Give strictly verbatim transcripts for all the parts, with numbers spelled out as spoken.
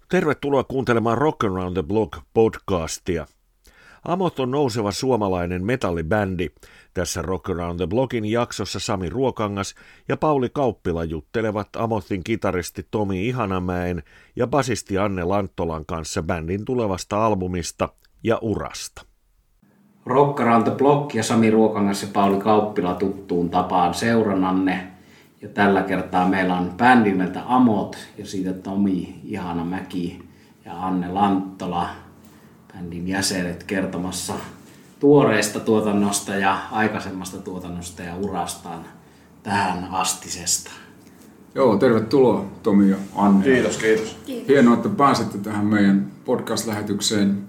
Tervetuloa kuuntelemaan Rock Around the Block podcastia. Amot on nouseva suomalainen metallibändi. Tässä Rock Around the Blockin jaksossa Sami Ruokangas ja Pauli Kauppila juttelevat Amothin kitaristi Tomi Ihanamäen ja basisti Anne Lanttolan kanssa bändin tulevasta albumista ja urasta. Rock Around the Block ja Sami Ruokangas ja Pauli Kauppila tuttuun tapaan seurannanne. Ja tällä kertaa meillä on bändi nimeltä Amot ja siitä Tomi Ihanamäki ja Anne Lanttola, bändin jäsenet, kertomassa tuoreesta tuotannosta ja aikaisemmasta tuotannosta ja urastaan tähän astisesta. Joo, tervetuloa Tomi ja Anne. Kiitos, kiitos. kiitos. Hienoa, että pääsitte tähän meidän podcast-lähetykseen.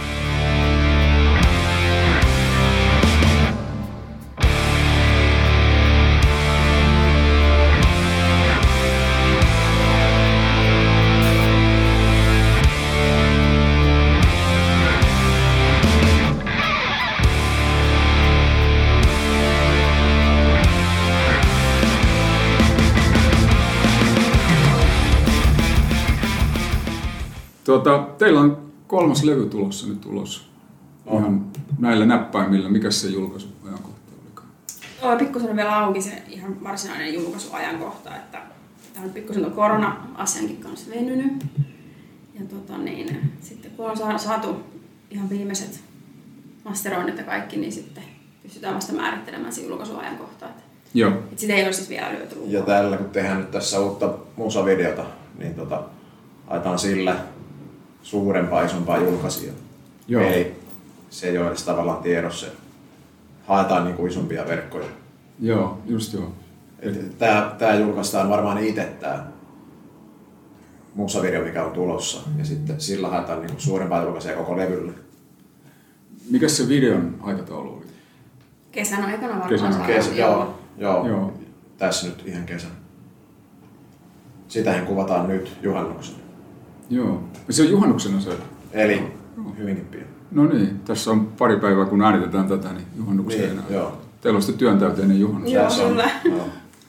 Tuota, teillä on kolmas levy tulossa nyt ulos. Oh. Ihan näillä näppäimillä. Mikäs se julkaisuajankohta olikaan? On pikkusen vielä auki se ihan varsinainen julkaisuajankohta, että tämä on pikkusen tuon korona-asiankin kanssa venynyt. Ja tota niin, sitten kun on saatu ihan viimeiset masteroinnit ja kaikki, niin sitten pystytään vasta määrittelemään se julkaisuajankohta. Joo. Että sitä ei ole siis vielä lyöty lukkoon. Ja tällä kun tehdään nyt tässä uutta musavideota, niin tota, haetaan sillä suurempaa, isompaa julkaisijaa. Joo. Eli se ei ole edes tavallaan tiedossa. Haetaan niin kuin isompia verkkoja. Joo, just joo. Tää, tää julkaistaan varmaan itse tää musavideo, mikä on tulossa. Ja sitten sillä haetaan niin kuin suurempaa julkaisijaa koko levylle. Mikäs se videon aikataulu oli? Kesän aikana varmaan. Kesän. Kesä, joo, joo, joo. Tässä nyt ihan kesän. Sitähän kuvataan nyt juhannuksen. Joo. Se on juhannuksena se. Eli hyvinkin pian. No niin, tässä on pari päivää kun äänitetään tätä, niin juhannuksena. Niin, joo. Teillä on sitten työntäyteinen juhannus. Joo, kyllä. Joo.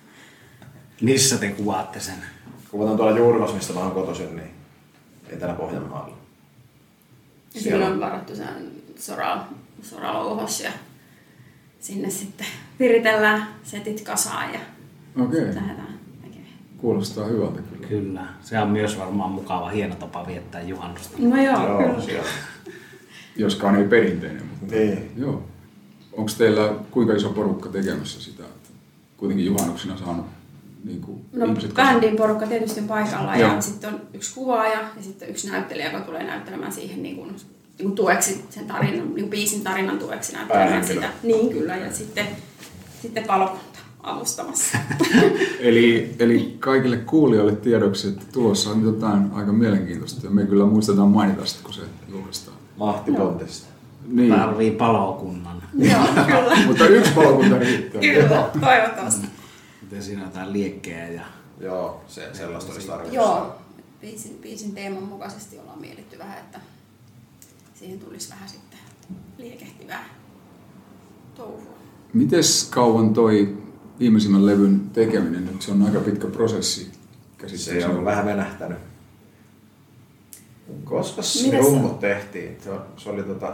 Missä te kuvaatte sen? Kuvataan tuolla Jurvas, mistä mä oon kotoisin, niin Etelä-Pohjanmaalla. Ja silloin on varattu sen sora, soralouhos ja sinne sitten viritellään setit kasaan ja Okei. sitten lähdetään tekemään. Kuulostaa hyvältä kyllä. Kyllä, se on myös varmaan mukava, hieno tapa viettää juhannusta. No joo, Joo, kyllä. siellä. Joskaan ei perinteinen, mutta Niin. joo. Onko teillä kuinka iso porukka tekemässä sitä? Että kuitenkin juhannuksena saanut niin kuin No ihmiset kasaan? bändin porukka tietysti on paikalla Joo. ja sitten on yksi kuvaaja ja sitten yksi näyttelijä, joka tulee näyttelemään siihen niin kuin, niin kuin tueksi, sen tarinan, niin kuin biisin tarinan tueksi näyttelemään Päähenkilö. sitä. Niin kyllä, ja sitten, sitten palokunta avustamassa. Eli, eli kaikille kuulijoille tiedoksi, että tulossa on jotain aika mielenkiintoista ja me kyllä muistetaan mainita sitä, kun se julkaistaan. Mahtipontista. Niin. Tarvii palokunnan. Joo, kyllä. Mutta yksi palokunta riittää. Kyllä, toivottavasti. Miten siinä on jotain liekkejä ja... Joo, se, sellaista olisi tarkoitus. Joo, biisin, biisin teeman mukaisesti ollaan mietitty vähän, että siihen tulisi vähän sitten liekehtivää touhua. Mites kauan toi viimeisimmän levyn tekeminen nyt? Se on aika pitkä prosessi. Se on vähän venähtänyt. Koska Mites rummut tehtiin? Se, se oli tota...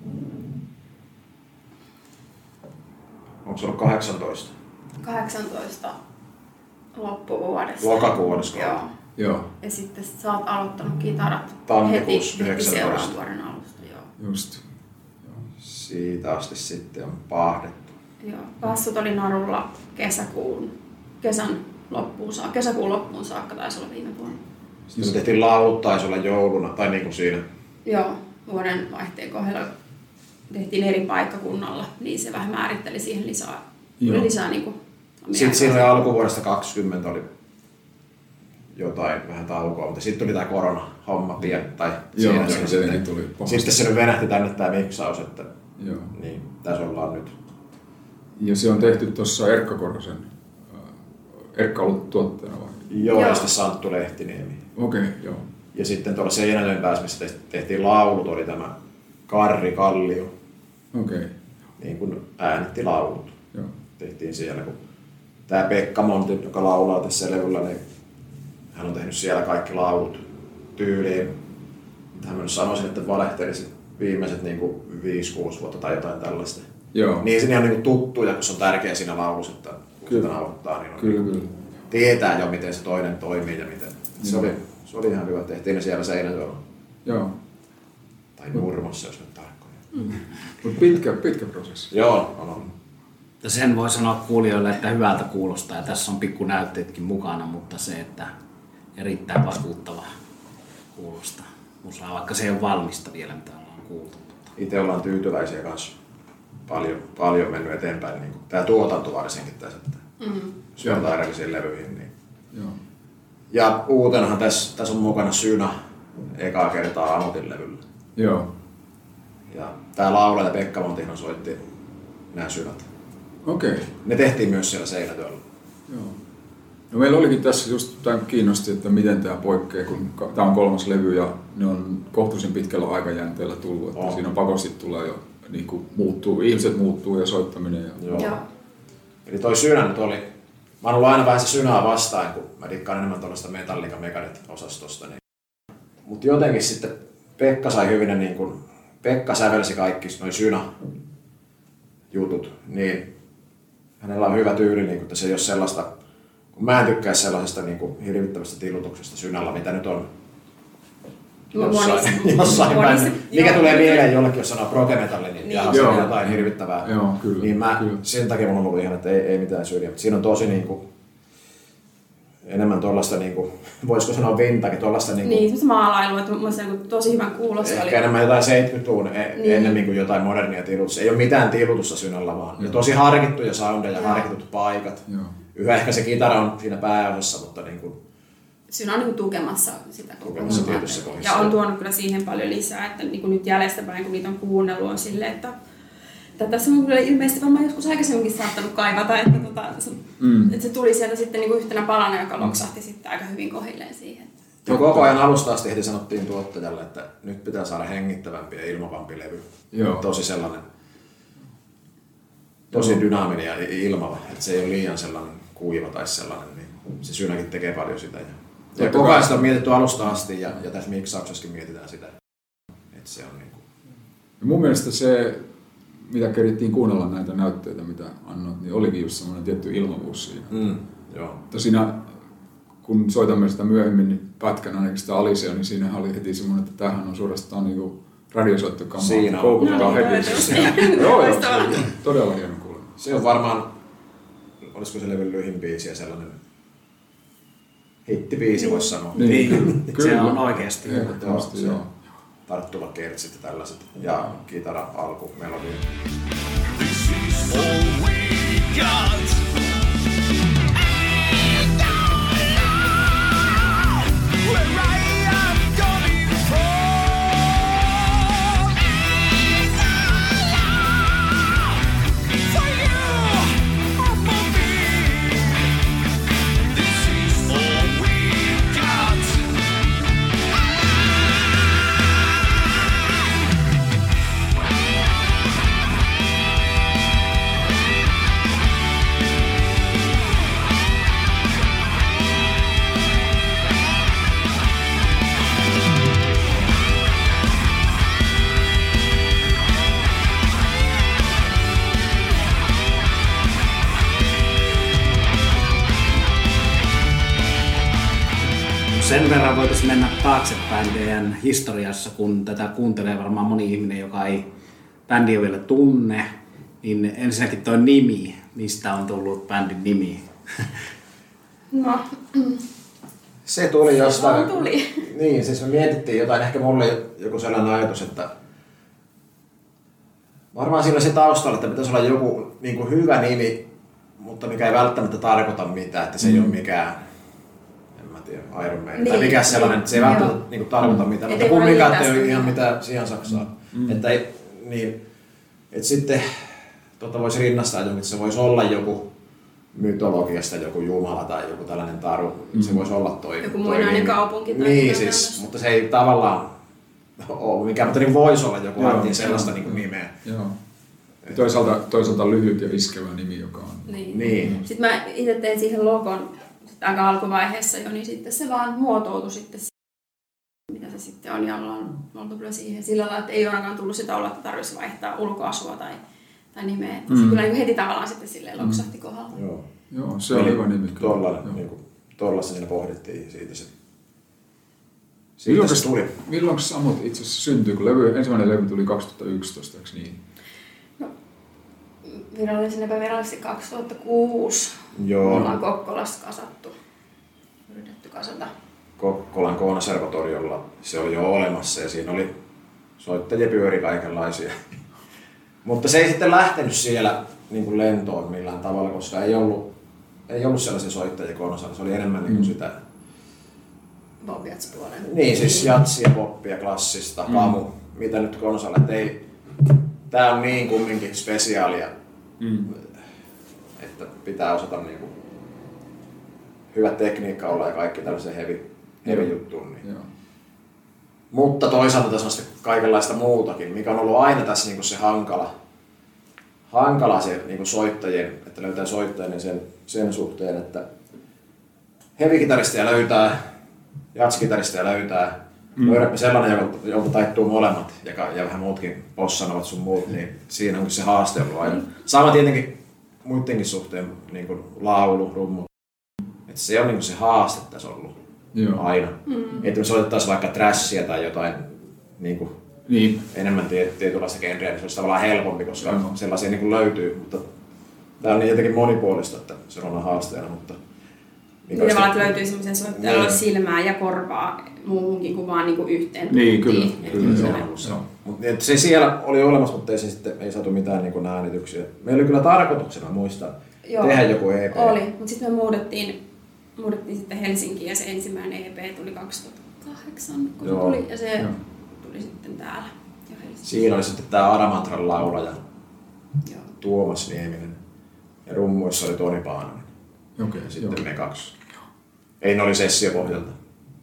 Onko se ollut kahdeksantoista? kahdeksantoista loppuvuodesta. Lokakuun olisiko? Joo. Joo, Ja sitten sä oot aloittanut kitarat Tammikuussa heti, heti yhdeksäntoista. seuraavan vuoden alusta. Joo. just. Siitä asti sitten on paahdettu. Joo. Bassot oli narulla kesäkuun, kesän loppuun saakka. Kesäkuun loppuun saakka taisi olla viime vuonna. Sitten me tehtiin laulut, taisi olla jouluna, tai niin kuin siinä. Joo, vuoden vaihteen kohdalla tehtiin eri paikkakunnalla, niin se vähän määritteli siihen lisää, Joo. lisää niin kuin, Sitten siinä oli alkuvuodesta kaksikymmentä oli jotain vähän taukoa, mutta sitten tuli tämä korona-homma pien, tai Joo, siinä se se tietenkin sitten, tuli pahasti. sitten se nyt venähti tänne tämä miksaus, että Joo. niin, tässä ollaan nyt. Ja se on tehty tuossa Erkka Korhosen, äh, Erkka ollut tuottajana vai? Joo, Joo. ja sitten Santtu Lehtiniemi. Okei, okay, joo. Ja sitten tuolla Seinäjoen päässä, missä tehtiin laulut, oli tämä Karri Kallio, Okei, okay. niin kuin äänitti laulut. Joo. Tehtiin siellä, kun tämä Pekka Monti, joka laulaa tässä levyllä, niin hän on tehnyt siellä kaikki laulut. tyyliin, mitä mä nyt sanoisin, että valehtelisin viimeiset niinku viisi kuusi vuotta tai jotain tällaista. Joo. Niin se on niinku tuttuja, kun se on tärkeä siinä laulussa, että kun Kyllä. sitä nauhoittaa, niin on Kyllä, niinku, kyllä. tietää jo miten se toinen toimii ja miten. Se Joo. oli, se oli ihan hyvä, tehtiin ne siellä Seinäjoella. Joo. Tai Nurmossa, jos nyt tarkkoja. Mm. Mutta pitkä, pitkä prosessi. Joo, on ollut. Ja sen voi sanoa kuulijoille, että hyvältä kuulostaa ja tässä on pikku näytteetkin mukana, mutta se, että erittäin vakuuttava kuulostaa musaa, vaikka se ei ole valmista vielä, mitä ollaan kuultu. Itse ollaan tyytyväisiä kanssa. Paljon, paljon mennyt eteenpäin. Niin tämä tuotanto varsinkin tässä, että Mm. jos vertaa edellisiin levyihin. Niin. Joo. Ja uutenahan tässä, tässä on mukana Synä ekaa kertaa Amotin levyllä. Joo. Ja tää laulaja Pekka Montihan soitti nämä Synät. Okei. Okay. Ne tehtiin myös siellä Seinäjoella. Joo. No meillä olikin tässä just tämä kiinnosti, että miten tämä poikkeaa, kun tämä on kolmas levy ja ne on kohtuullisen pitkällä aikajänteellä tullut, että On. siinä pakosti tulee jo niin kuin muuttuu, ihmiset muuttuu ja soittaminen. Ja... Joo. Joo. Eli toi Synä nyt oli, mä oon ollut aina vähän se Synää vastaan, kun mä dikkaan enemmän tuollaista Metallica Megadeth-osastosta. Niin. Mut jotenkin sitten Pekka sai hyvin ne niin kun, Pekka sävelsi kaikki noi Synä-jutut, niin hänellä on hyvä tyyli, niin kun, että se ei ole sellaista, kun mä en tykkää sellaisesta niin kun, hirvittävästä tilutuksesta Synällä, mitä nyt on jossain, Monissa- jossain päin. monissa- Mikä joo. tulee mieleen jollekin, jos sanoo progemetalli, niin, Niin. niin. se Joo. on jotain hirvittävää. Joo, kyllä, niin mä, kyllä. sen takia mulla on ollut ihan, että ei, ei mitään syyriä. Mutta siinä on tosi niinku, enemmän tuollaista, niinku, voisiko sanoa vintage, tuollaista niinku, Niin, semmoista maalailua, että mun mielestä niin tosi hyvän kuulosta ehkä oli. enemmän jotain seitsemänkymmentäluvun e- Niin. ennemmin kuin jotain modernia tilutusta. Ei ole mitään tilutusta Synällä vaan. Ja tosi harkittuja soundeja, Joo. harkitut paikat. Joo. Yhä ehkä se kitara on siinä pääosassa, mutta niinku, Synä on niin tukemassa sitä koko Tukemassa hommaa. tietyssä kohdassa. Ja on tuonut kyllä siihen paljon lisää, että niin kuin nyt jäljestäpäin, kun niitä on kuunnellut, on silleen, että että tässä on kyllä ilmeisesti varmaan joskus aikaisemminkin saattanut kaivata, että, tota, se, Mm. että se tuli sieltä sitten niin kuin yhtenä palana, joka loksahti sitten aika hyvin kohilleen siihen. ja koko ajan alusta asti heti sanottiin tuottajalle, että nyt pitää saada hengittävämpi ja ilmavampi levy. Joo. Tosi sellainen, tosi dynaaminen ja ilmava, että se ei ole liian sellainen kuiva tai sellainen, niin se Synäkin tekee paljon sitä. Ja, ja Totta koko kai. ajan sitä on mietitty alusta asti ja, ja tässä miksauksessakin mietitään sitä, että se on niin kuin, Ja mun mielestä se, mitä kerittiin kuunnella näitä näytteitä, mitä annoit, niin olikin just semmoinen tietty ilmavuus siinä. mm, joo. Mutta siinä, kun soitamme sitä myöhemmin, niin pätkän ainakin sitä Alisea, niin siinä oli heti semmoinen, että tämähän on suorastaan niinku radiosoittokammaa. Siinä on. Koukuttaa No niin, heti. toivottavasti. Joo, joo, se Loistavaa. oli todella hieno kuulla. Se on varmaan, olisiko se levyn lyhin biisi ja sellainen hittibiisi voisi sanoa. Niin, Niin, kyllä. se on oikeasti. Ehdottomasti, Joo, se- joo. Tarttuva kertsit ja tällaiset ja kitara, alku, melodia. Sen verran voitaisiin mennä taaksepäin teidän historiassa, kun tätä kuuntelee varmaan moni ihminen, joka ei bändiä vielä tunne. Niin ensinnäkin tuo nimi, mistä on tullut bändin nimi? No, Se tuli jostain. vaan tuli. Niin, siis me mietittiin jotain, ehkä mulla oli joku sellainen ajatus, että varmaan siinä oli se taustalla, että pitäisi olla joku niin kuin hyvä nimi, mutta mikä ei välttämättä tarkoita mitään, että se ei Mm. ole mikään, en mä tiedä, Iron Maiden Niin, tai mikä sellainen, että se ei niin, välttämättä joo. niin kuin tarkoita mitään, Et mutta ei voi kumminkaan liittää ei ole sitä ihan niin. mitään sijaan saksaa. Mm. Että ei, niin, että sitten tota voisi rinnastaa johonkin, että se voisi olla joku mytologiasta joku jumala tai joku tällainen taru, Mm. se voisi olla toi. Joku toi muinainen nimi. kaupunki tai Niin jotain siis, tällaista. mutta se ei tavallaan ole mikään, mutta niin voisi olla joku, Joo. annettiin sellaista niin kuin nimeä. Joo. Ja toisaalta, toisaalta lyhyt ja iskevä nimi, joka on... Niin. Niin. Sitten mä itse tein siihen logon sit aika alkuvaiheessa jo, niin sitten se vaan muotoutui sitten. mitä se sitten on, ja ollaan oltu kyllä siihen sillä lailla, että ei ole ainakaan tullut sitä olla, että tarvitsisi vaihtaa ulkoasua tai, tai nimeä. Että mm. se kyllä niin heti tavallaan sitten silleen loksahti mm. kohdalla. Joo. Joo, se on hyvä nimi. Tuolla niin kuin, siinä pohdittiin siitä se. Siitä se tuli. Milloin Amot itse asiassa syntyi, kun levy, ensimmäinen levy tuli kaksituhattayksitoista, eikö niin? No, virallisen epävirallisesti kaksituhattakuusi. Joo. Ollaan Kokkolassa kasattu, yritetty kasata. Kokkolan konservatoriolla se oli jo olemassa ja siinä oli soittajia pyöri kaikenlaisia. Mutta se ei sitten lähtenyt siellä niin kuin lentoon millään tavalla, koska ei ollut, ei ollut sellaisia soittajia konsalla. Se oli enemmän niin kuin sitä... Pop-jats-puolen. Niin, siis jatsia, poppia, klassista, mm. kamu, mitä nyt konsalla. Ei, tää on niin kumminkin spesiaalia, mm. että pitää osata niin kuin hyvä tekniikka olla ja kaikki tällaisen heavy, heavy juttuun. Niin. Mutta toisaalta tässä on sitten kaikenlaista muutakin, mikä on ollut aina tässä niin kuin se hankala, hankala se niin kuin soittajien, että löytää soittajien sen, sen suhteen, että heavy-kitaristeja löytää, jatskitaristeja löytää, mm. löydäpä sellainen, jolta, jolta taittuu molemmat ja, ja vähän muutkin possanovat sun muut, niin siinä onkin se haaste ollut aina. Sama tietenkin muidenkin suhteen niin kuin laulu, rummut. Että se on niin kuin se haaste tässä ollut. Joo. Aina. Mm. Että me soitettaisiin vaikka trashia tai jotain niin kuin niin. enemmän tietynlaista genreä, niin se olisi tavallaan helpompi, koska mm. sellaisia niin kuin löytyy. Mutta tämä on niin jotenkin monipuolista, että se on haasteena. Mutta niin tavallaan, että löytyy sellaisen soittajan niin. silmää ja korvaa muuhunkin kuin vaan niin kuin yhteen niin, kyllä. kyllä. Se, se, Mut, se siellä oli olemassa, mutta ei, se sitten, ei saatu mitään niin kuin äänityksiä. Meillä oli kyllä tarkoituksena muistaa Joo, tehdä joku E P. Oli, mutta sitten me muutettiin Muudettiin sitten Helsinkiin ja se ensimmäinen E P tuli kaksituhattakahdeksan, kun se tuli, ja se Joo. tuli sitten täällä jo Helsingissä. Siinä oli sitten tää Aramantran laulaja Joo. Tuomas Nieminen ja rummuissa oli Toni Paananen. Okay, ja sitten jo. me kaksi. Ei, ne oli sessiopohjalta.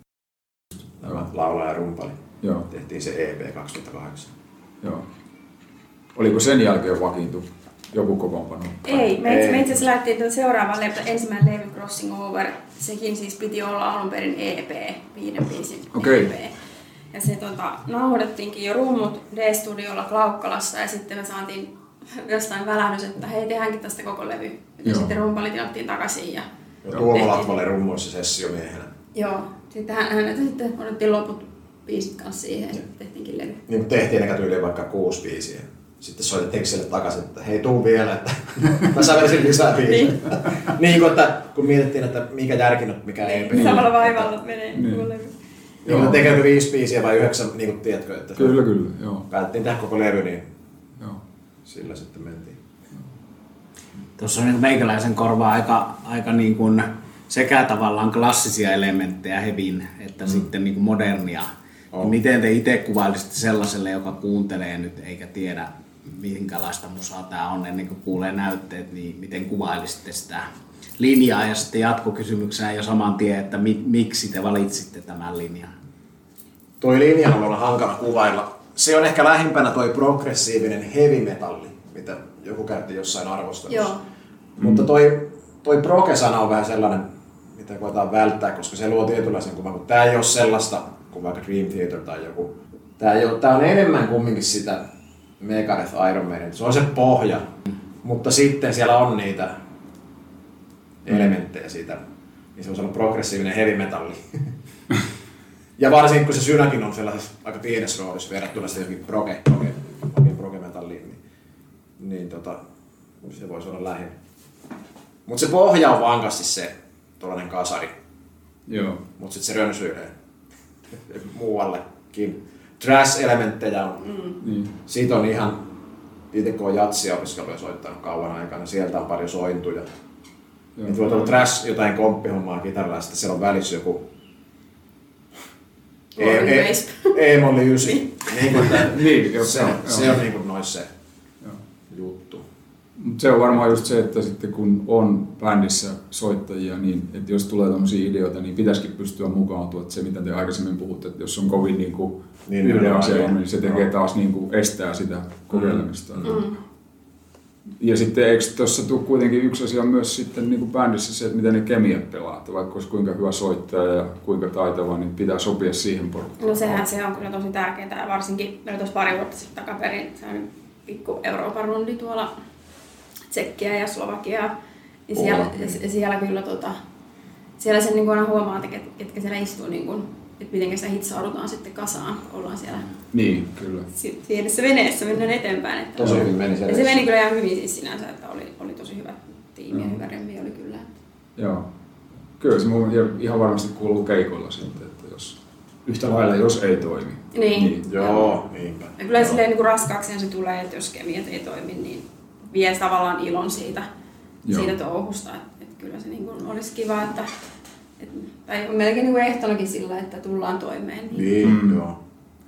Tämä laulaja ja rumpali. Joo. Tehtiin se E P kaksituhattakahdeksan. Joo. Oliko sen jälkeen vakiintu joku kokoonpano? Ei, me itse, me itse asiassa lähdettiin seuraavaan levy, ensimmäinen levy Crossing Over. Sekin siis piti olla alun perin E P, viiden biisin okay. E P. Ja se tota, nauhoitettiinkin jo rummut D-studiolla Klaukkalassa ja sitten me saatiin jostain välähdys, että hei, tehdäänkin tästä koko levy. Ja Joo. sitten rumpali tilattiin takaisin. Ja Tuomo Latva oli rummuissa sessiomiehenä. Joo, sitten hänet sitten otettiin loput biisit kanssa siihen ja tehtiinkin levy. Niin kuin tehtiin eka tyyliin vaikka kuusi biisiä. Sitten soitettiin sille takaisin, että hei, tuu vielä, että mä sävelsin lisää biisiä. niin. niin kuin, että kun mietittiin, että mikä järkinyt, mikä ei niin. Samalla vaivalla menee niin. Koko levy. Niin kuin tekeekö viisi biisiä vai yhdeksän, niin kuin tiedätkö, että kyllä, kyllä, joo. Päätettiin tehdä koko levy, niin joo. Sillä sitten mentiin. Tuossa on niin meikäläisen korvaa aika, aika niin kuin sekä tavallaan klassisia elementtejä hevin, että mm. sitten niin kuin modernia. Oh. Miten te itse kuvailisitte sellaiselle, joka kuuntelee nyt eikä tiedä, minkälaista musaa tämä on ennen kuin kuulee näytteet, niin miten kuvailisitte sitä linjaa ja sitten jatkokysymyksenä jo saman tien, että mi- miksi te valitsitte tämän linjan? Toi linja on ollut hankala kuvailla. Se on ehkä lähimpänä toi progressiivinen heavy metalli, mitä joku käytti jossain arvostelussa. Joo. Mutta toi, toi proge-sana on vähän sellainen, mitä koetaan välttää, koska se luo tietynlaisen kuvan, mutta tää ei ole sellaista kuin vaikka Dream Theater tai joku. Tää, ei ole, tää on enemmän kumminkin sitä Megadeth, Iron Maiden. Se on se pohja, mutta sitten siellä on niitä elementtejä siitä, niin se on sellainen progressiivinen heavy metalli. Ja varsinkin kun se synäkin on sellaisessa aika pienessä roolissa verrattuna sitten johonkin proge, proge, proge, proge metalliin, niin, niin tota, se voisi olla lähinnä. Mutta se pohja on vankasti se tuollainen kasari. Joo. Mutta sitten se rönsyilee muuallekin. Trash-elementtejä on. Mm. Mm. Siitä on ihan, itse kun on jatsia opiskeluja soittanut kauan aikana, sieltä on paljon sointuja. Niin voi olla trash jotain komppihommaa kitaralla ja sitten siellä on välissä joku E-molli yhdeksän. Niin, se, se on niinku nois se juttu. Mut se on varmaan just se, että sitten kun on bändissä soittajia, niin että jos tulee tämmöisiä ideoita, niin pitäisikin pystyä mukaan tuoda se, mitä te aikaisemmin puhutte, että jos on kovin niin kuin niin, yhden asian, niin se tekee taas niin kuin estää sitä kokeilemista. Mm. Ja sitten eikö tuossa tule kuitenkin yksi asia myös sitten niin kuin bändissä se, että miten ne kemiat pelaa, että vaikka olisi kuinka hyvä soittaja ja kuinka taitava, niin pitää sopia siihen porukkaan. No sehän se on kyllä tosi tärkeää, ja varsinkin meillä tuossa pari vuotta sitten takaperin sellainen pikku Euroopan rundi tuolla Tsekkiä ja Slovakiaa, niin siellä, siellä kyllä tota, siellä sen niin aina huomaa, että ketkä siellä istuu, niin kuin, että miten sitä hitsaudutaan sitten kasaan, ollaan siellä. Niin, kyllä. Pienessä veneessä mennään eteenpäin. Että tosi hyvin meni se. Se meni kyllä ihan hyvin siis sinänsä, että oli, oli tosi hyvä tiimi ja hyvä remmi oli kyllä. Joo. Kyllä se mun ihan varmasti kuuluu keikoilla sitten, että jos yhtä lailla jos ei toimi. Niin. niin. Joo, niinpä. Ja kyllä silleen niin raskaaksi se tulee, että jos kemiat ei toimi, niin vie tavallaan ilon siitä, siitä touhusta. Että, että kyllä se niin kuin olisi kiva, että et, tai melkein niin kuin ehtonakin sillä, että tullaan toimeen. Niin, niin mm. joo.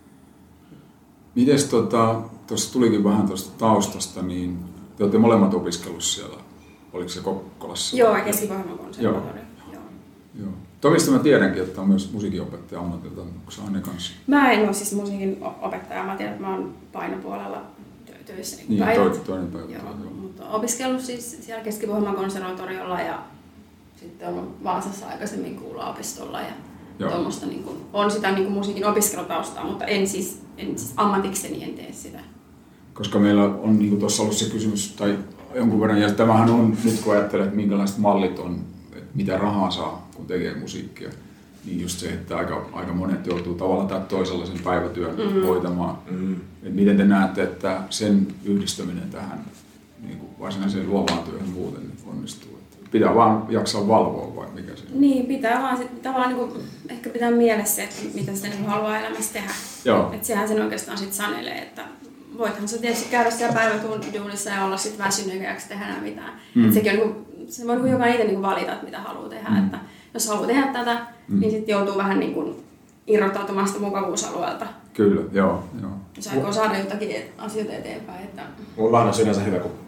Mites tota, tuossa tulikin vähän tuosta taustasta, niin te olette molemmat opiskellut siellä, oliko se Kokkolassa? Joo, Keski-Pohjanmaan konservatorio. Joo. Joo. Tomista mä tiedänkin, että on myös musiikinopettaja ammatilta, onko se Anne kanssa? Mä en ole siis musiikin opettaja, mä tiedän, että mä oon painopuolella töissä niin niin, päivät. Toinen päivä. Joo, joo. Mutta opiskellut siis siellä Keski-Pohjanmaan konservatoriolla ja sitten on Vaasassa aikaisemmin kuulaopistolla ja tuommoista niin kuin, on sitä niin kuin musiikin opiskelutaustaa, mutta en siis, en siis ammatikseni en tee sitä. Koska meillä on niin kuin tuossa ollut se kysymys, tai jonkun verran, ja tämähän on nyt kun ajattelee, että minkälaiset mallit on, että mitä rahaa saa, kun tekee musiikkia, niin just se, että aika, aika monet joutuu tavallaan tai toisella sen päivätyön mm-hmm. hoitamaan. Mm-hmm. Et miten te näette, että sen yhdistäminen tähän niin kuin varsinaiseen luovaan työhön muuten onnistuu? Pitää vaan jaksaa valvoa vai mikä se on? Niin, pitää vaan sit, tavallaan niin kuin, ehkä pitää mielessä, että mitä sitä niin haluaa elämässä tehdä. Joo. Et sehän sen oikeastaan sit sanelee, että voithan sä tietysti käydä siellä päiväduunissa ja olla sit väsynyt eikä jaksa tehdä enää mitään. Mm. Et sekin on, niin kuin, se voi niin jokainen itse niin valita, että mitä haluaa tehdä. Mm. Että jos haluaa tehdä tätä, mm. niin sitten joutuu vähän niin kuin irrottautumaan sitä mukavuusalueelta. Kyllä, joo. joo. Jos aikoo saada jotakin asioita eteenpäin. Että... Mulla on sinänsä hyvä, kun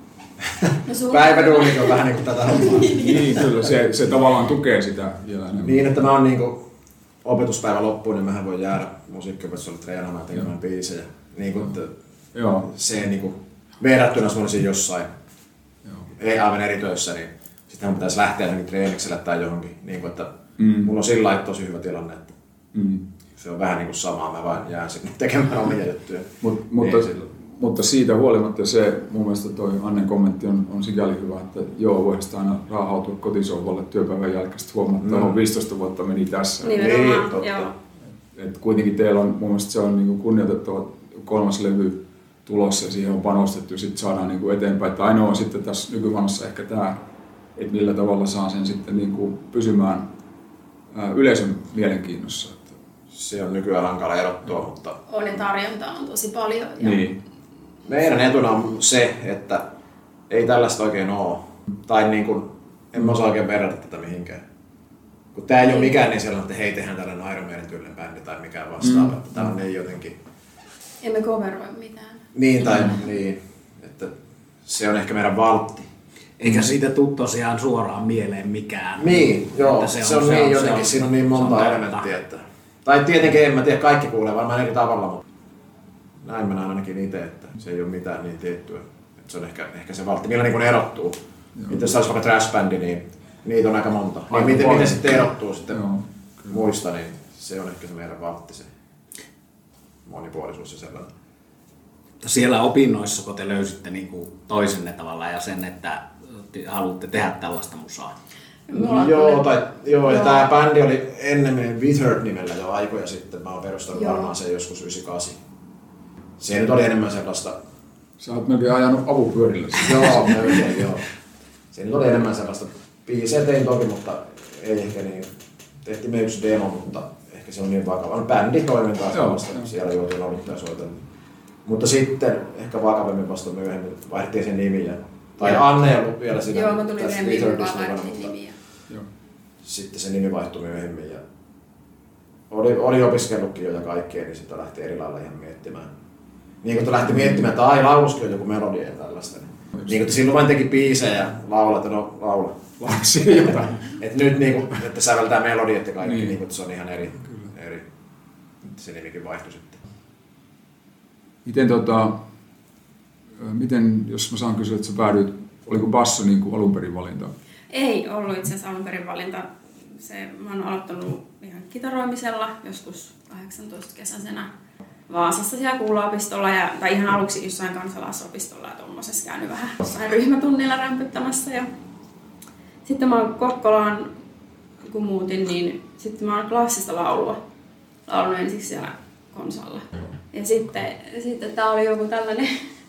no, päiväduunit on vähän niin kuin tätä hommaa. Niin, kyllä. Se, se tavallaan tukee sitä vielä enemmän. Niin, että mä oon niin kuin opetuspäivä loppuun, niin mähän voin jäädä musiikkiopetukselle treenaamaan ja tekemään biisejä. Niin kuin, että joo. Se niin kuin verrattuna jos mä olisin jossain, joo. ei aivan eri töissä, niin sittenhän pitäisi lähteä johonkin treenikselle tai johonkin. Niin kuin, että mm. mulla on sillä lailla tosi hyvä tilanne, että mm. se on vähän niin kuin samaa, mä vaan jään sinne tekemään omia juttuja. Mut, mutta, mutta siitä huolimatta se, mun mielestä toi Annen kommentti on, on sikäli hyvä, että joo, voisi sitä aina raahautua kotisohvalle työpäivän jälkeen, huomaa, että mm. viisitoista vuotta meni tässä. Nimenomaan, niin, joo. Et kuitenkin teillä on, mun mielestä se on niin kuin kunnioitettava kolmas levy tulossa ja siihen on panostettu ja sitten saadaan niin kuin eteenpäin. Että ainoa on sitten tässä nykymaailmassa ehkä tämä, että millä tavalla saa sen sitten niin kuin pysymään ää, yleisön mielenkiinnossa. Se on nykyään hankala erottua, mutta... On ja tarjontaa on tosi paljon. Ja... Niin. Meidän etuna on se, että ei tällaista oikein ole. Tai niin kuin, en mä osaa oikein verrata tätä mihinkään. Kun tää ei ole mikään niin sellainen, että hei, tehdään tällainen Iron Maiden tyylinen bändi tai mikään vastaava. Mm. Tää on niin jotenkin... Emme coveroi mitään. Niin, tai mm. niin, että se on ehkä meidän valtti. Eikä siitä tule tosiaan suoraan mieleen mikään. Niin, joo, se on, se on se niin on, jotenkin, se on, siinä on niin monta elementtiä. Että... Tai tietenkin en mä tiedä, kaikki kuulee varmaan eri tavalla, mutta näin mä näen ainakin itse, että se ei ole mitään niin tiettyä. Että se on ehkä, ehkä se valtti, millä niin erottuu. Miten jos olisi vaikka trash-bändi, niin niitä on aika monta. Niin miten, miten sitten erottuu sitten joo, muista, niin se on ehkä se meidän valtti, se monipuolisuus ja sellainen. Siellä opinnoissa, kun te löysitte niin kuin toisenne tavallaan ja sen, että haluatte tehdä tällaista musaa? Joo, tai, joo, ja tämä bändi oli ennemmin Withered-nimellä jo aikoja sitten. Mä oon perustanut joo. varmaan sen joskus yhdeksänkymmentäkahdeksan. Se nyt oli enemmän sellaista... Sä oot melkein ajanut avupyörillä. Joo, melkein joo. Se nyt oli enemmän sellaista... Biisejä tein toki, mutta ei ehkä niin... Tehtiin me yksi demo, mutta ehkä se on niin vakava. No, bänditoimintaa sellaista. Siellä joutuu lauluttaa ja soitella. Mutta sitten ehkä vakavemmin vasta myöhemmin vaihdettiin sen nimi. Ja, tai joo. Anne ei ollut vielä siinä. Joo, mä tulin Remmin mukaan vaihdettiin nimiä. Sitten se nimi vaihtui myöhemmin. Ja oli, oli opiskellutkin jo ja kaikkea, niin sitten lähti eri lailla ihan miettimään. Niin kun lähti miettimään, että ai lauluskin on joku melodia ja tällaista. Niin, niin kun silloin vain teki biisejä ja laulaa, että no laula. Laulaa jotain. Että nyt niin kun, että säveltää melodiat ja kaikki, niin. Niin kun, se on ihan eri. eri. Se nimikin vaihtui sitten. Miten tota, Miten, jos mä saan kysyä, että sä päädyit, oliko basso niin kuin alun perin valinta? Ei ollut itse asiassa alun perin valinta. Se, mä oon aloittanut ihan kitaroimisella joskus kahdeksantoista kesäisenä Vaasassa siellä kuulaopistolla ja, tai ihan aluksi jossain kansalaisopistolla ja tuommoisessa käynyt vähän jossain ryhmätunnilla rämpyttämässä. Ja sitten mä oon Kokkolaan, kun muutin, niin sitten mä oon klassista laulua laulunut ensiksi siellä konsalla. Ja sitten, sitten tää oli joku tällainen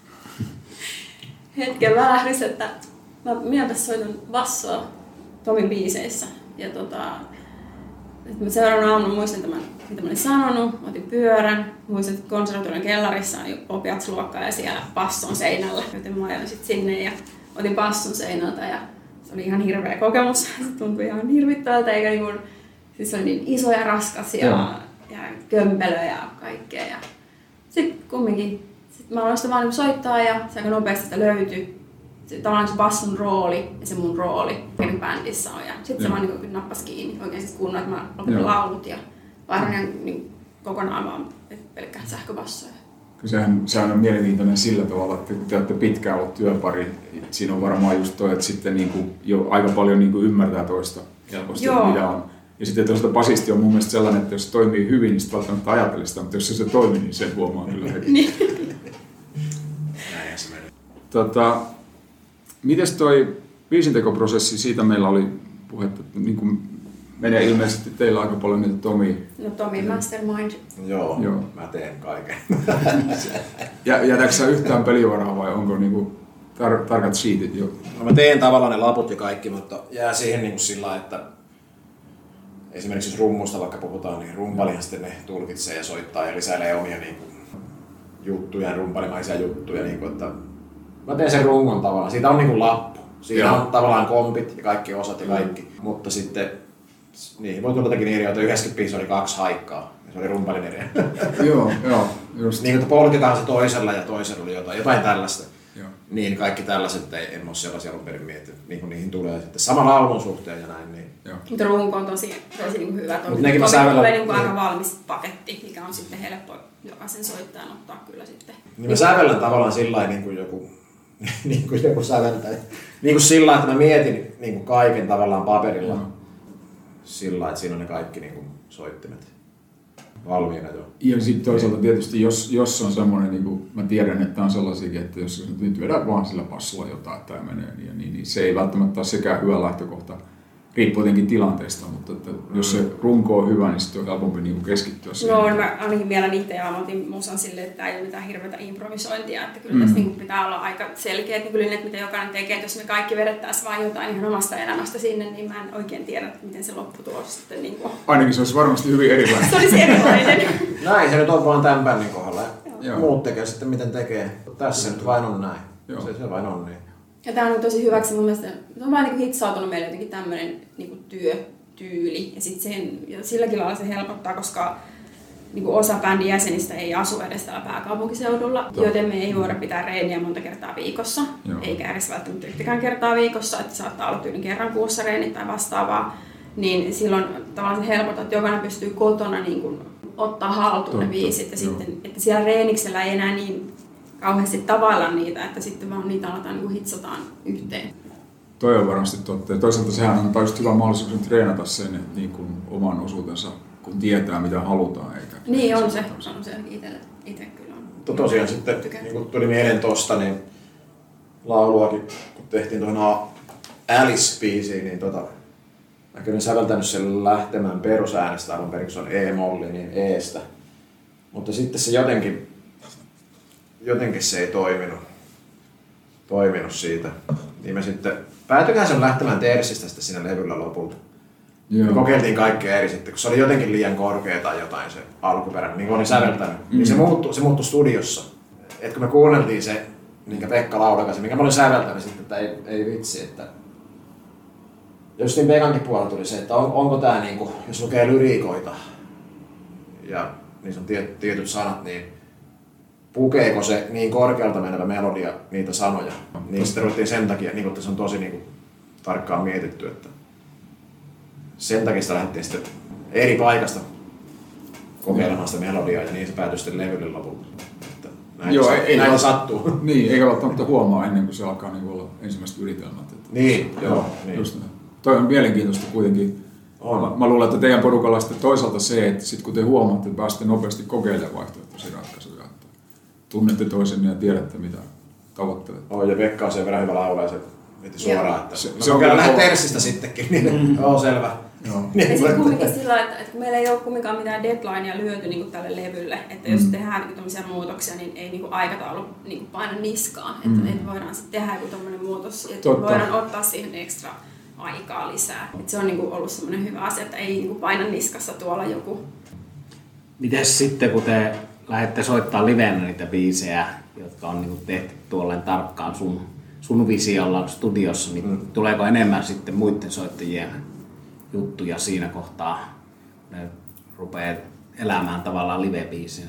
hetken välähdys, että mä mieltäs soitan bassoa Tomin biiseissä. Ja tota, mä seuraavana aamuna muistan tämän, mitä mä olin sanonut, mä otin pyörän, muistan, että konservatorion kellarissa on opiatsluokka ja siellä basson seinällä, joten mä ajoin sit sinne ja otin basson seinältä ja se oli ihan hirveä kokemus. Se tuntui ihan hirvittävältä, eikä niin kuin, siis se oli niin iso ja raskas ja, ja kömpelö ja kaikkea. Ja sitten kumminkin, sit mä aloin sitä vaan niin soittaa ja se aika nopeasti sitä löytyi. Se, tavallaan se basson rooli ja se mun rooli, mikä bändissä on. Ja sitten se vaan niin nappasi kiinni oikein siis kunnolla, että mä lopetin laulut ja vaihdoin niin kokonaan vaan pelkkää sähköbassoja. Sehän, sehän on mielenkiintoinen sillä tavalla, että kun te olette pitkään ollut työpari, siinä on varmaan just toi, että sitten niin kuin jo aika paljon niin kuin ymmärtää toista helposti, mitä on. Ja sitten tuosta basisti on mun mielestä sellainen, että jos se toimii hyvin, niin sitten välttämättä ajattelee sitä, mutta jos se, se toimii, niin sen huomaa kyllä heti. Näinhän se menee. Tota, mites toi biisintekoprosessi, siitä meillä oli puhetta, että niin kuin menee ilmeisesti teillä aika paljon niitä Tomi. No Tomi Mastermind. Joo, Joo, mä teen kaiken. ja jätätkö sä yhtään pelivaraa vai onko niinku tar- tarkat sheetit jo? No mä teen tavallaan ne laput ja kaikki, mutta jää siihen niin kuin sillä, että esimerkiksi jos rummusta vaikka puhutaan, niin rumpalihan sitten ne tulkitsee ja soittaa ja lisäilee omia niin kuin juttuja, rumpalimaisia juttuja. Niin kuin, että mä teen sen rungon tavallaan. Siitä on niin kuin lappu. Siinä Joo. on tavallaan kompit ja kaikki osat ja kaikki. Mm. Mutta sitten niihin voi tulla jotakin eri, että yhdessäkin biisissä oli kaksi haikkaa. Se oli rumpalin eri. Joo, joo. Just. Niin kuin polkitetaan se toisella ja toisella oli jotain, jotain tällaista. Joo. Niin kaikki tällaiset, ei, en ole sellaisia alun perin miettinyt, niin kuin niihin tulee sitten sama laulun suhteen ja näin. Niin. Mutta runko on tosi, tosi niin hyvä. Mutta nekin mä sävellän. Tulee niin aika valmis paketti, mikä on sitten helppo jokaisen soittajan ottaa kyllä sitten. Niin mä sävellän tavallaan sillä lailla niin kuin joku, niin kuin joku säveltäjä. Niin kuin sillä lailla, että mä mietin niin kuin kaiken tavallaan paperilla. Mm. Sillä lailla, että siinä on ne kaikki niin kuin soittimet valmiina jo. Ja sitten toisaalta tietysti, jos, jos on semmoinen, niin kuin mä tiedän, että on sellaisiakin, että jos nyt vedät vaan sillä passulla jotain, että tämä menee, niin, niin, niin se ei välttämättä ole sekään hyvä lähtökohta. Riippuu jotenkin tilanteesta, mutta että mm. jos se runko on hyvä, niin sitten on helpompi niin kuin keskittyä siihen. No, mä ainakin vielä niitä ja aloitin musan silleen, että ei ole mitään hirveätä improvisointia, että kyllä mm. tässä niin pitää olla aika selkeät niin linjat, mitä jokainen tekee. Että jos me kaikki vedettäisiin vain jotain ihan omasta elämästä sinne, niin mä en oikein tiedä, miten se lopputulos sitten niin kuin... Ainakin se olisi varmasti hyvin erilainen. Se olisi erilainen. Näin se nyt on vaan tämän bändin kohdalla. Joo. Muut tekee sitten miten tekee. Tässä nyt vain on näin. Se, se vain on niin. Ja tämä on tosi hyväksi mun mielestä. Se on vaan niin hitsautunut meille jotenkin tämmöinen niin työtyyli. Ja, sit sen, ja silläkin lailla se helpottaa, koska niin osa bändin jäsenistä ei asu edes täällä pääkaupunkiseudulla. Toh. Joten me ei voida pitää reeniä monta kertaa viikossa. Joo. Eikä edes välttämättä yhtäkään kertaa viikossa. Että saattaa olla tyyli kerran kuussa reenit tai vastaavaa. Niin silloin tavallaan se helpottaa, että jokainen pystyy kotona niin kuin ottaa haltuun ne biisit. Ja sitten, että siellä reeniksellä ei enää niin kauheasti tavalla niitä, että sitten vaan niitä aletaan niin hitsataan yhteen. Toi on varmasti totta. Ja toisaalta sehän antaa just hyvä mahdollisuus treenata sen niin kuin oman osuutensa, kun tietää mitä halutaan. Eikä niin on se, on se itse kyllä on. To, tosiaan sitten, niin kun tuli mieleen tosta, niin lauluakin, kun tehtiin tuohon Alice-biisiin, niin tota, mä kyllä säveltänyt sen lähtemään perusäänestä alun perin, kun se on E-molli, niin Eestä. Mutta sitten se jotenkin Jotenkin se ei toiminut, toiminut siitä. Niin me sitten päätykään sen lähtemään tersistä sitten siinä levyllä lopulta. Joo. Me kokeiltiin kaikkea eri sitten, kun se oli jotenkin liian korkea tai jotain se alkuperäinen, minkä olin säveltänyt. Mm. Niin se muuttui, se muuttui studiossa. Et kun me kuunneltiin se, minkä Pekka laulakasi, minkä mä olin säveltänyt sitten, että ei, ei vitsi, että... Just niin Pekankin puolella tuli se, että on, onko tää niinku, jos lukee lyriikoita ja niissä on tiet, tietyt sanat, niin pukeeko se niin korkealta menevä melodia niitä sanoja. Niin sitten ruvettiin sen takia, niin että se on tosi niin kuin, tarkkaan mietitty, että sen takia sitä lähdettiin sitten eri paikasta kokeilemaan sitä melodiaa ja niin se päätyi sitten levylle lopulta. Että Näin, Joo, sa- ei, näin ei, sattuu. Niin, eikä välttämättä huomaa ennen kuin se alkaa niin olla ensimmäiset yritelmät. Että, Niin, joo. Niin. Just näin. Toi on mielenkiintoista kuitenkin. On. Mä, mä luulen, että teidän porukalla sitten toisaalta se, että sit kun te huomaatte, että pääsette nopeasti kokeilemaan vaihtoehtoisia ratkaisuja, että tunnette toisenne ja tiedätte, mitä tavoittelette. Oh, ja Pekka on sen verran hyvä laulaja, se veti suoraan, että Se- se, se se on on kyllä kyllä lähdet kova. Terssistä sittenkin, niin mm. joo, selvä. Joo. Ja sitten kumminkin sillä että, että kun meillä ei ole kumminkaan mitään deadlinea lyöty niin tälle levylle, että jos Mm. tehdään niin tämmöisiä muutoksia, niin ei niin aikataulu niin paina niskaan. Että, Mm. että voidaan sitten tehdä joku tämmöinen muutos, että Totta. voidaan ottaa siihen ekstra aikaa lisää. Että se on niin ollut semmoinen hyvä asia, että ei niin paina niskassa tuolla joku. Mites sitten, kun te lähdette soittaa livenä niitä biisejä, jotka on niin tehty tuolleen tarkkaan sun, sun visiolla studiossa, niin mm. tuleeko enemmän sitten muiden soittajien juttuja siinä kohtaa, ne rupeaa elämään tavallaan live-biisinä?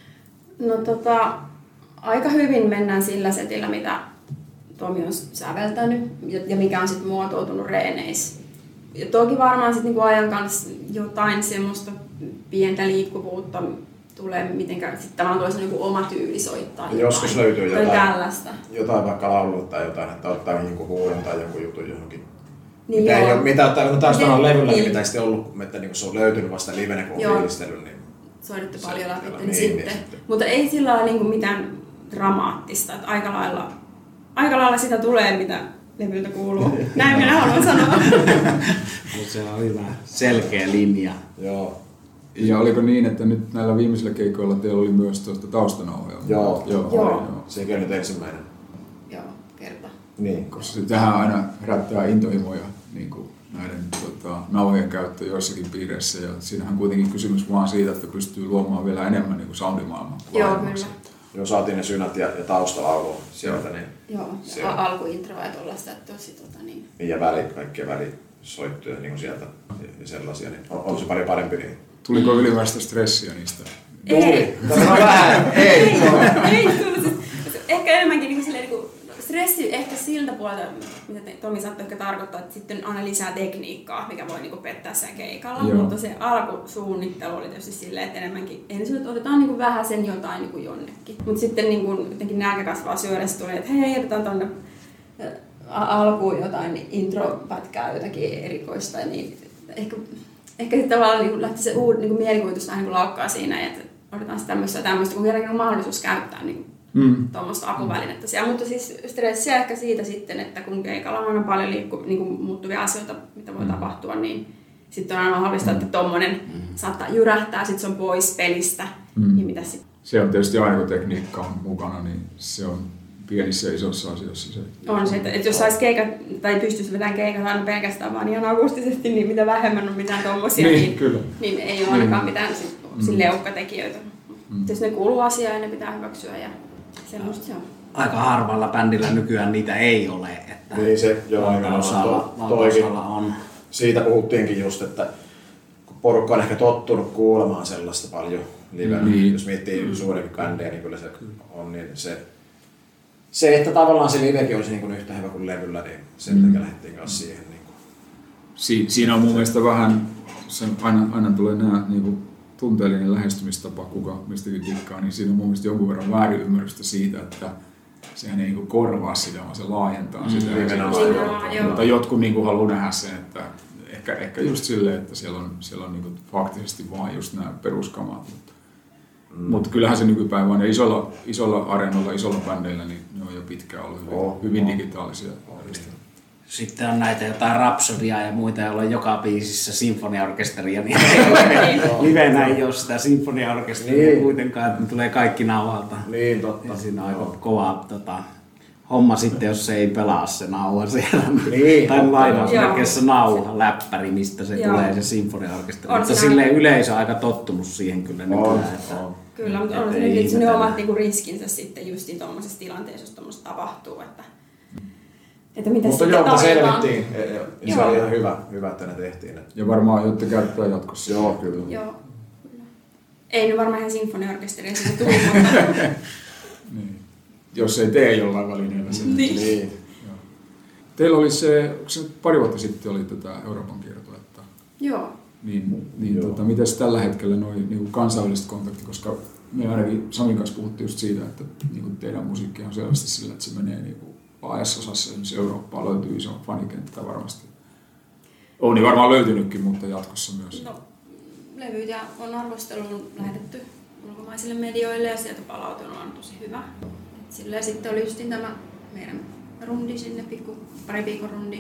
No tota, aika hyvin mennään sillä setillä, mitä Tomi on säveltänyt ja, ja mikä on sitten muotoutunut reeneissä. Ja toki varmaan sitten niinku ajan kanssa jotain semmoista pientä liikkuvuutta tulee, mitenkä sitten tavallaan toisen niinku oma tyyli soittaa. Joskus jotain, löytyy tai jotain, tällaista. jotain vaikka laulua tai jotain, että ottaa jonkun huudon tai jonkun jutun johonkin. Niin mitä, ei ole, mitä ottaa taas tuolla levyllä, niin niin. mitä ei sitten ollut, että niin se on löytynyt vasta livenä, kun on Joo. fiilistellyt. Niin Soitettu Se- paljon läpi, niin, niin, niin sitten. sitten. Mutta ei sillä lailla niinku mitään dramaattista. Että aika, lailla, aika lailla sitä tulee, mitä levyltä kuuluu. Näin minä haluan sanoa. Mutta se on hyvä, selkeä linja. joo. Ja oliko niin, että nyt näillä viimeisillä keikoilla teillä oli myös tuosta taustanauhoja? Joo. Joo. Joo. Joo. Sekin on nyt ensimmäinen. Joo, kerta. Niin. Koska se tähän aina herättää intohimoja niin kuin näiden tota, nauhojen käyttö joissakin piireissä. Ja siinähän kuitenkin kysymys vaan siitä, että pystyy luomaan vielä enemmän niin kuin soundimaailmaa. Joo, laajemmaksi. kyllä. Joo, saatiin ne synät ja, ja taustalaulu sieltä, niin, Joo, Se ja on. alkuintroa ja tuollaista, että tosi tota niin. niin ja väli, kaikkia välisoittuja niin kuin sieltä ja, ja sellaisia, niin on, on se paljon parempi. Niin. Tuliko ylimääräistä stressiä niistä? Ei, Tämä on vähän, ei. ei tullut. Siis, ehkä enemmänkin niin silleen, niin kuin, stressi ehkä siltä puolelta, mitä te, Tomi saattoi ehkä tarkoittaa, että sitten on aina lisää tekniikkaa, mikä voi niin kuin, pettää sen keikalla. Joo. Mutta se alkusuunnittelu oli tietysti silleen, että enemmänkin ensin että otetaan niin kuin, vähän sen jotain niin kuin jonnekin. Mutta sitten niin kuin, jotenkin nälkä kasvaa syödessä tuli, että hei, otetaan tuonne alkuun jotain intropätkää, jotakin erikoista. Niin ehkä, ehkä sitten tavallaan niin lähti se uud, niin kuin mielikuvitus vähän niin kuin laukkaa siinä, että otetaan sitten tämmöistä ja tämmöistä, kun vieläkin on mahdollisuus käyttää niin Mm. tuommoista apuvälinettä siellä. Mutta siis stressiä ehkä siitä sitten, että kun keikalla on aina paljon liikku, niin kuin muuttuvia asioita, mitä voi mm. tapahtua, niin sitten on aina mahdollista, että tuommoinen mm. saattaa jyrähtää, sitten se on pois pelistä. Mm. Niin mitä sitten? Se on tietysti aina, kun tekniikka on mukana, niin se on pienissä ja isossa asioissa se. On se, että, että jos saisi keikat, tai pystyisi vetämään keikat aina pelkästään vaan ihan akustisesti, niin mitä vähemmän on mitään tuommoisia, Niin, niin, kyllä. niin ei ole ainakaan Mm. mitään sit, Mm. sille leukkatekijöitä. Mm. Jos ne kuuluu asiaan ja ne pitää hyväksyä ja semmoista se on. Aika harvalla bändillä nykyään niitä ei ole. Että Niin se jo aikanaan valtaosalla, to, toikin. valtaosalla on. Siitä puhuttiinkin just, että kun porukka on ehkä tottunut kuulemaan sellaista paljon livenä, Niin. jos miettii mm. suurempi bändejä, niin kyllä se on, niin se, se että tavallaan se livekin olisi niin kuin yhtä hyvä kuin levyllä, niin sen takia mm. lähdettiin kanssa siihen. Niin kuin. Si- siinä on mun mielestä vähän, sen aina, aina tulee nämä niin kuin tunteellinen lähestymistapa, kuka mistäkin tikkaa, niin siinä on mun mielestä jonkun verran väärinymmärrystä siitä, että sehän ei niin kuin korvaa sitä, vaan se laajentaa Mm, sitä. nimenomaan, joo, joo. Mutta jotkut niin kuin haluaa nähdä sen, että ehkä, ehkä just silleen, että siellä on, siellä on niin kuin faktisesti vaan just nämä peruskamat. Mutta, mm. mutta kyllähän se nykypäivänä ja isolla, isolla areenoilla, isolla bändeillä, niin ne on jo pitkään ollut hyvin, Oh, hyvin oh. digitaalisia. Sitten on näitä jotain Rhapsodia ja muita, joilla on joka biisissä sinfoniaorkesteria, niin livenä ei ole sitä sinfoniaorkesteria Niin. kuitenkaan, että ne tulee kaikki nauhalta. Niin, totta. Ja siinä on aika kova tota, homma sitten, jos se ei pelaa se nauha siellä. Niin, tai totta. lainausmerkeissä nauha, läppäri, mistä se Joo. tulee se sinfoniaorkesteri. On Mutta siinä- silleen yleisö on aika tottunut siihen kyllä On, nykyään. Että on. Kyllä, mutta on Että se ei nyt ne ihmetellä. omat niinku riskinsä sitten justiin tuommoisessa tilanteessa, jos tuommoista tapahtuu. Että, että mitä Mutta sitten joo, mutta tarjotaan. selvittiin. Ja, ja, ja se Joo. oli ihan hyvä, hyvä, että ne tehtiin. Ja varmaan aiotte käyttää jatkossa. Joo, kyllä. Joo, kyllä. Ei nyt varmaan ihan sinfoniaorkesteria siitä tuli, mutta Niin. Jos ei tee jollain välineellä sen. niin. Niin. Teillä oli se, onko se nyt pari vuotta sitten oli tätä Euroopan kiertoa, että Joo. Niin, niin tota, mites tällä hetkellä noin niin kansainväliset kontaktit, koska me ainakin Samin kanssa puhuttiin just siitä, että niin kuin teidän musiikki on selvästi sillä, että se menee niin kuin laajassa osassa, esimerkiksi Eurooppaan löytyy iso fanikenttä varmasti. On niin varmaan löytynytkin, mutta jatkossa myös. No, levyjä on arvosteluun lähetetty ulkomaisille medioille ja sieltä palaute on tosi hyvä. Et silleen sitten oli just tämä meidän rundi sinne, pikku pari viikon rundi.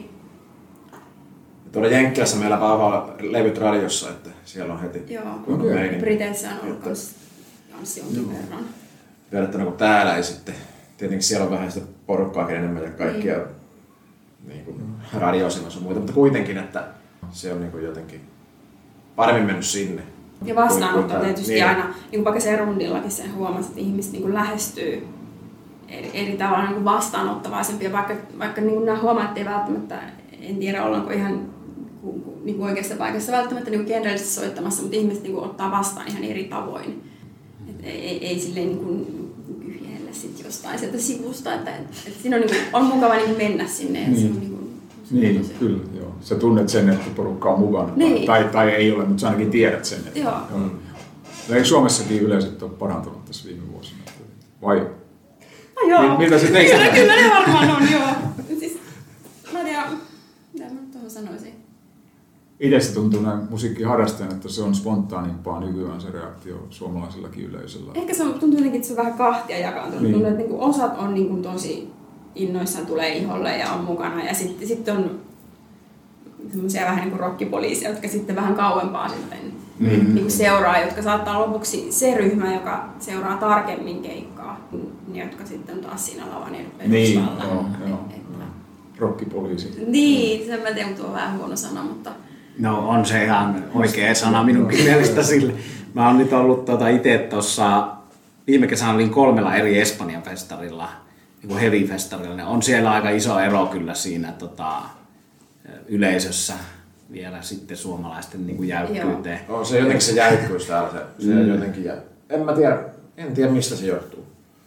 Tuolla Jenkkilässä meillä avaa levyt radiossa, että siellä on heti. Joo, okay. Briteissä on ollut kans Janssi jonkin verran. Verrattuna kuin täällä ei sitten, tietenkin siellä on vähän sitä porukkaakin enemmän ja kaikkia niin. Niin kuin radio-asemassa muita, mutta kuitenkin, että se on niin kuin jotenkin paremmin mennyt sinne. Ja vastaanotto tietysti niin. Aina, niin kuin vaikka se rundillakin sen huomasi, että ihmiset niin kuin lähestyy eri, eri tavalla niin kuin vastaanottavaisempia, vaikka, vaikka niin kuin nämä huomaa, että ei välttämättä, en tiedä ollaanko ihan niin kuin oikeassa paikassa välttämättä niin kuin generellisesti soittamassa, mutta ihmiset niin kuin ottaa vastaan ihan eri tavoin. Et ei, ei, ei silleen niin kuin kyhjellä sit jostain sieltä sivusta, että et, et siinä on, niin kuin, on mukava niin kuin mennä sinne. Niin, se on, niin kuin, se niin tosi... kyllä, joo. Sä tunnet sen, että porukka on mukana, niin. tai, tai ei ole, mutta sä ainakin tiedät sen. Että, joo. Joo. Eikö Suomessakin yleiset ole parantunut tässä viime vuosina? Vai? No joo. Miltä se teistä? Kyllä, kyllä ne varmaan on, joo. Siis, mä en tiedä, mitä mä tuohon sanoisin. Itse se tuntuu näin musiikkiharrastajana, että se on spontaanimpaa nykyään se reaktio suomalaisellakin yleisöllä. Ehkä se on, tuntuu jotenkin, että se on vähän kahtia jakaantunut. Niin. Tuntuu, että niinku osat on niinku tosi innoissaan, tulee iholle ja on mukana. Ja sitten sit on semmoisia vähän niin kuin rockipoliisia, jotka sitten vähän kauempaa sitten mm-hmm. niin seuraa, jotka saattaa lopuksi se ryhmä, joka seuraa tarkemmin keikkaa, ne jotka sitten taas siinä lavan edustalla. Niin, joo, joo. Rockipoliisi. Niin, sen mä tiedän, mutta tuo on vähän huono sana, mutta... No on se ihan oikea sana minunkin mielestä sille. Mä oon nyt ollut tuota itse tuossa, viime kesänä olin kolmella eri Espanjan festarilla, niin kuin heavy-festarilla. On siellä aika iso ero kyllä siinä tota, yleisössä vielä sitten suomalaisten niin kuin jäykkyyteen. On se jotenkin se jäykkyys täällä, se, se mm. jotenkin jä... En mä tiedä, en tiedä mistä se johtuu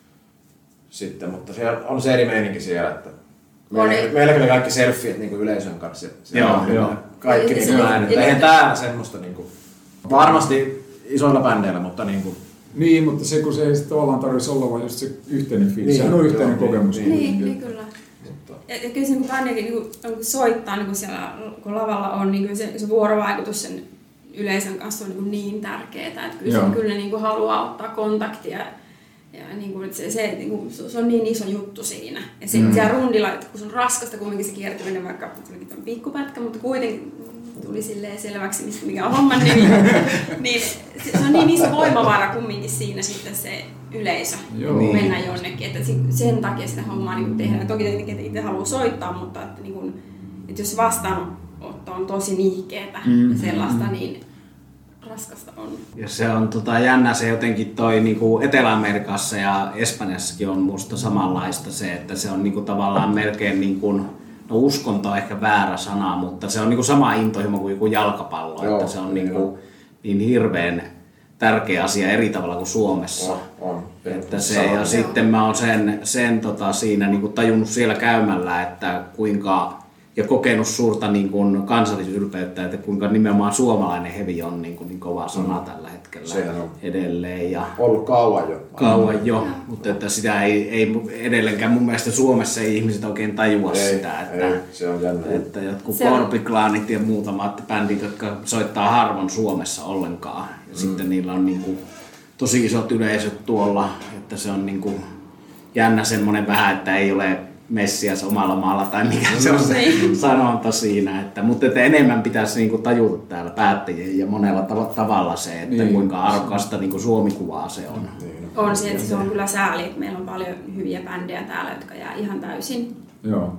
sitten, mutta siellä on se eri meininki siellä, että meillä, meillä kyllä kaikki selfiet niin kuin yleisön kanssa. Joo, joo. Kaikki niin kuin äänet. Eihän täällä semmoista niin kuin, varmasti isoilla bändeillä, mutta niin kuin... Niin, mutta se kun se ei tavallaan tarvitsisi olla vaan just se yhteinen fiilis. Niin, sehän on yhteinen joo, kokemus. Niin, niin, niin kyllä. Mutta... Ja, ja kyllä se niin bändiäkin niin kun soittaa, niin kun siellä kun lavalla on, niin se, se vuorovaikutus sen yleisön kanssa on niin, niin tärkeää, että kyllä, se, kyllä ne niin haluaa ottaa kontaktia. Ja niin kuin, se, se, niin kuin, se on niin iso juttu siinä. Ja se, mm. siellä rundilla, kun se on raskasta kuitenkin se kiertyminen, vaikka se on pikkupätkä, mutta kuitenkin tuli silleen selväksi, mistä mikä on homman nimi. niin se, se on niin iso voimavara kumminkin siinä sitten se yleisö, kun mennään jonnekin. Että sen takia sitä hommaa niin tehdään. Toki tietenkin, että itse haluaa soittaa, mutta että, niin kuin, että jos vastaanotto on tosi nihkeetä mm. ja sellaista, niin raskasta on. Ja se on tota, jännä se jotenkin toi niinku Etelä-Amerikassa ja Espanjassakin on musta samanlaista se, että se on niinku tavallaan melkein niinku, no uskonto on ehkä väärä sana, mutta se on niinku sama intohimo kuin joku jalkapallo, joo, että se on niinku niin hirveän tärkeä asia eri tavalla kuin Suomessa. On, on. Että se, ja sitten mä oon sen, sen tota, siinä niinku tajunnut siellä käymällä, että kuinka ja kokenut suurta niin kuin kansallisylpeyttä, että kuinka nimenomaan suomalainen heavy on niin, kuin niin kova sana mm. tällä hetkellä edelleen. Ja ollut kauan jo. Kauan jo, mm. mutta että sitä ei, ei edelleenkään mun mielestä Suomessa ei ihmiset oikein tajua ei, sitä, että, ei, se on jännä. Että jotkut Korpiklaanit ja muutamat bändit, jotka soittaa harvoin Suomessa ollenkaan. Ja mm. sitten niillä on niin kuin tosi isot yleisöt tuolla, että se on niin kuin jännä semmoinen vähän, että ei ole Messias omalla maalla tai mikä se on se sanonta siinä, että, mutta että enemmän pitäisi niinku tajuta täällä päättäjien ja monella tav- tavalla se, että niin, kuinka arvokasta niinku Suomi-kuvaa se on. Niin. On se, että se on kyllä sääli, että meillä on paljon hyviä bändejä täällä, jotka jää ihan täysin Joo.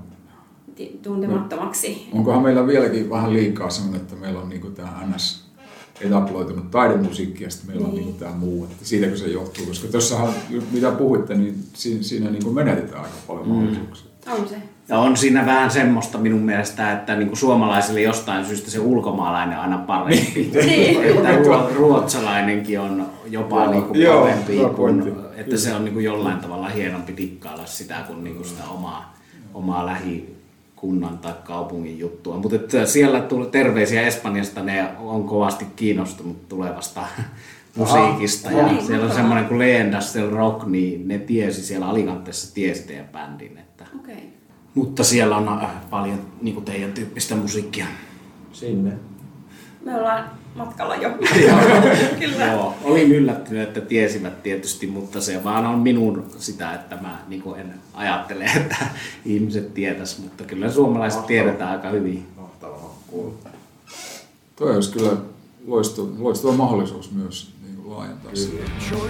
tuntemattomaksi. No, onkohan meillä vieläkin vähän liikaa semmoinen, että meillä on niinku tämä N S etaploitunut taidemusiikki ja sitten meillä on niin. niinku tämä muu, että siitäkö se johtuu, koska tuossahan mitä puhuitte, niin siinä, siinä niinku menetetään aika paljon mm. mahdollisuuksia. On se. Ja on siinä vähän semmoista minun mielestä, että niinku suomalaisille jostain syystä se ulkomaalainen aina parempi. Niin. Että ruotsalainenkin on jopa joo, niinku parempi, joo, kun, että se on niinku jollain tavalla hienompi dikkailla sitä kuin niinku sitä omaa, omaa lähi kunnan tai kaupungin juttua. Mutta siellä tuli terveisiä Espanjasta, ne on kovasti kiinnostunut tulevasta musiikista. Aha, ja niin, siellä on semmoinen kuin Leyendas del Rock, niin ne tiesi siellä Alicantessa tiesi teidän bändin. Että. Okay. Mutta siellä on äh, paljon niin kuin teidän tyyppistä musiikkia. Sinne. Me ollaan matkalla jo. Kyllä. Joo, olin yllättynyt, että tiesivät tietysti, mutta se vaan on minun sitä, että mä niin kuin en ajattele, että ihmiset tietäis, mutta kyllä suomalaiset Mahtavaa. Tiedetään aika hyvin. Mahtavaa, cool. Toi olisi kyllä loistava, loistava mahdollisuus myös niin kuin laajentaa sitä.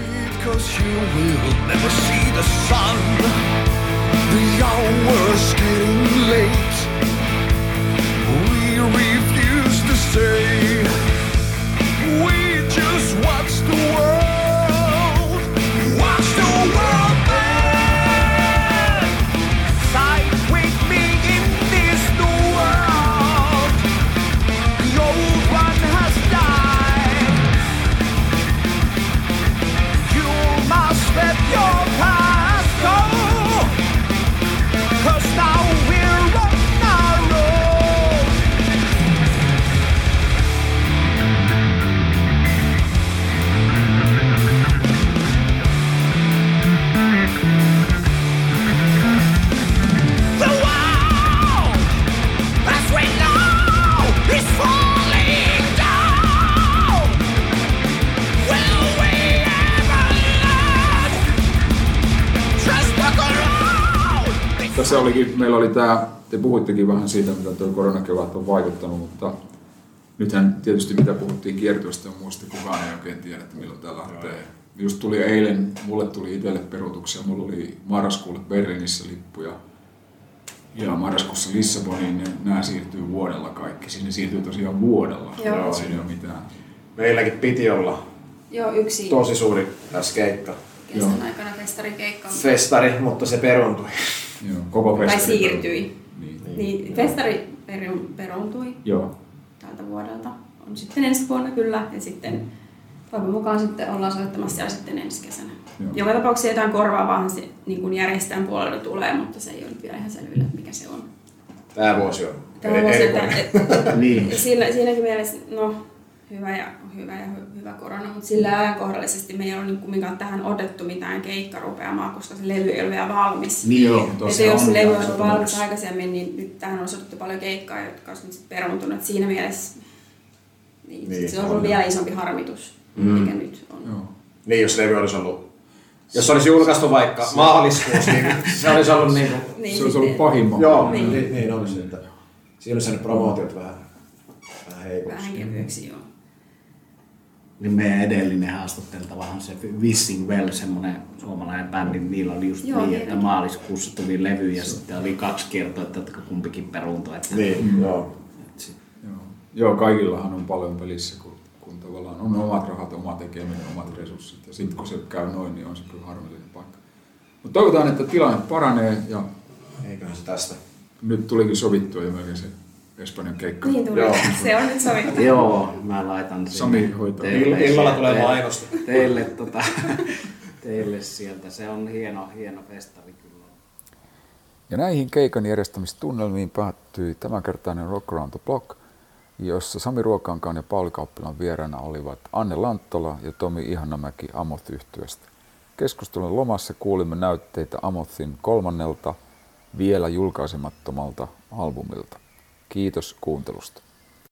Say we just watch the world, watch the world burn. Side with me in this new world. The old one has died. You must let your past go, 'cause now we're on our own. Tässä olikin, meillä oli tämä, te puhuittekin vähän siitä, mitä tuo koronakevät on vaikuttanut, mutta nythän tietysti mitä puhuttiin kiertueesta on muista, kukaan ei oikein tiedä, että milloin tämä lähtee. Just tuli eilen, mulle tuli itselle peruutuksia, mulla oli marraskuulle Berliinissä lippuja ja marraskuussa Lissaboniin, ja nämä siirtyy vuodella kaikki. Sinne siirtyy tosiaan vuodella, Joo. siinä ei ole mitään. Meilläkin piti olla Joo, yksi tosi suuri tässä keikka. kesän Joo. aikana festarikeikka. Festari, mutta se peruuntui. Joo, koko Tai festari siirtyi. Niin. Niin, festari peru- peruuntui Joo. tältä vuodelta. On sitten ensi vuonna kyllä, ja sitten toivon mukaan sitten ollaan soittamassa siellä sitten ensi kesänä. Joo. Joka tapauksessa jotain korvaavaahan se niin järjestäjän puolelta tulee, mutta se ei ole nyt vielä ihan selvillä, mikä se on. Tää vuosi on Tämä vuosi, että, että, Niin. siinä, siinäkin mielessä, no hyvä ja hyvä ja hy, hyvä korona, mutta sillä ajankohdallisesti me ei ole niin kumminkaan tähän otettu mitään keikkarupeamaa, koska se levy ei ole vielä valmis. Niin joo, Että tossa jos se on levy taas on valmis onneksi. aikaisemmin, niin nyt tähän on otettu paljon keikkaa, jotka olisi nyt sit peruuntunut. Siinä mielessä niin, Niin, se on ollut on. vielä isompi harmitus, Mm. mikä nyt on. Joo. Niin, jos levy olisi ollut... Jos se olisi julkaistu vaikka maaliskuussa, niin se olisi ollut niin kuin... Niin, Se olisi ollut sitten- pahimman. Joo, Niin. niin, niin olisi. Että siinä olisi ne promootiot vähän, vähän heikoksi. Vähän kevyeksi, joo. Niin meidän edellinen haastatteltavahan se Wishing Well, semmoinen suomalainen bändi, niillä oli just Joo, niin, tiedän. että maaliskuussa tuli levy ja sitten oli kaksi kiertoa, että kumpikin peruuntui. Että Niin, mm. joo. Joo. Joo, kaikillahan on paljon pelissä, kun, kun tavallaan on omat rahat, oma tekeminen, omat resurssit. Ja sitten kun se käy noin, niin on se kyllä harmillinen paikka. Mutta toivotaan, että tilanne paranee ja Eiköhän se tästä. nyt tulikin sovittua jo melkein se Espanjan keikka. Niin tuli. Joo. Se on nyt sovittu. Joo, mä laitan Sami sinne hoitaa. teille- Ill- illalla tulee teille- mainosta. Teille, tota, teille sieltä. Se on hieno, hieno festari kyllä. Ja näihin keikan järjestämistunnelmiin päättyi tämänkertainen Rock Around the Block, jossa Sami Ruokankaan ja Pauli Kauppilan vieraana olivat Anne Lanttola ja Tomi Ihanamäki Amoth-yhtyeestä. Keskustelun lomassa kuulimme näytteitä Amothin kolmannelta, vielä julkaisemattomalta albumilta. Kiitos kuuntelusta.